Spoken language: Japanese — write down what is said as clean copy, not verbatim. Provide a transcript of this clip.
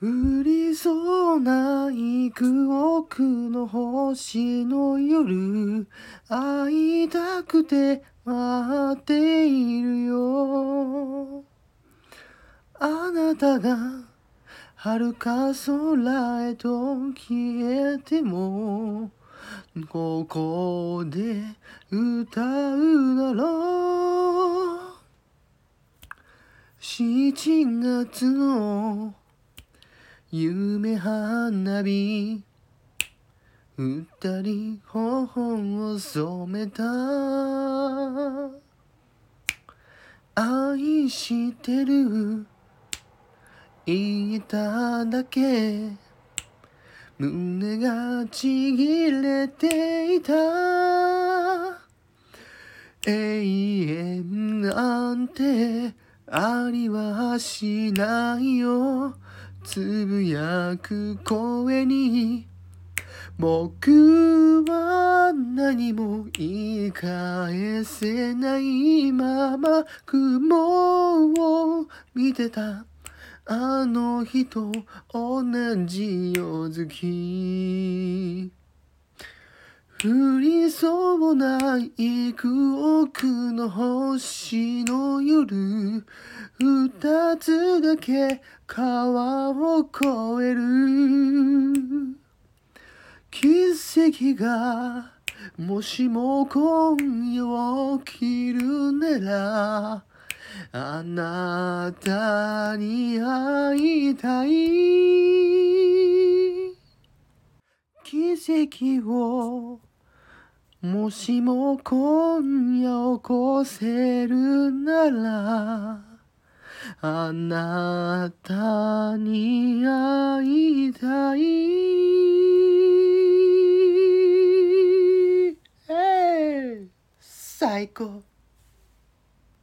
降りそうな幾億の星の夜、会いたくて待っているよ。あなたが遥か空へと消えても、ここで歌うだろう。7月の夢花火、二人頬を染めた。愛してる言えただけ、胸がちぎれていた。永遠なんてありはしないよ。つぶやく声に僕は何も言い返せないまま雲を見てた。あの日と同じ夜月、降りそうな幾億の星の夜、二つだけ川を越える。奇跡がもしも今夜起きるなら、あなたに会いたい。奇跡をもしも今夜起こせるなら、あなたに会いたい。最高。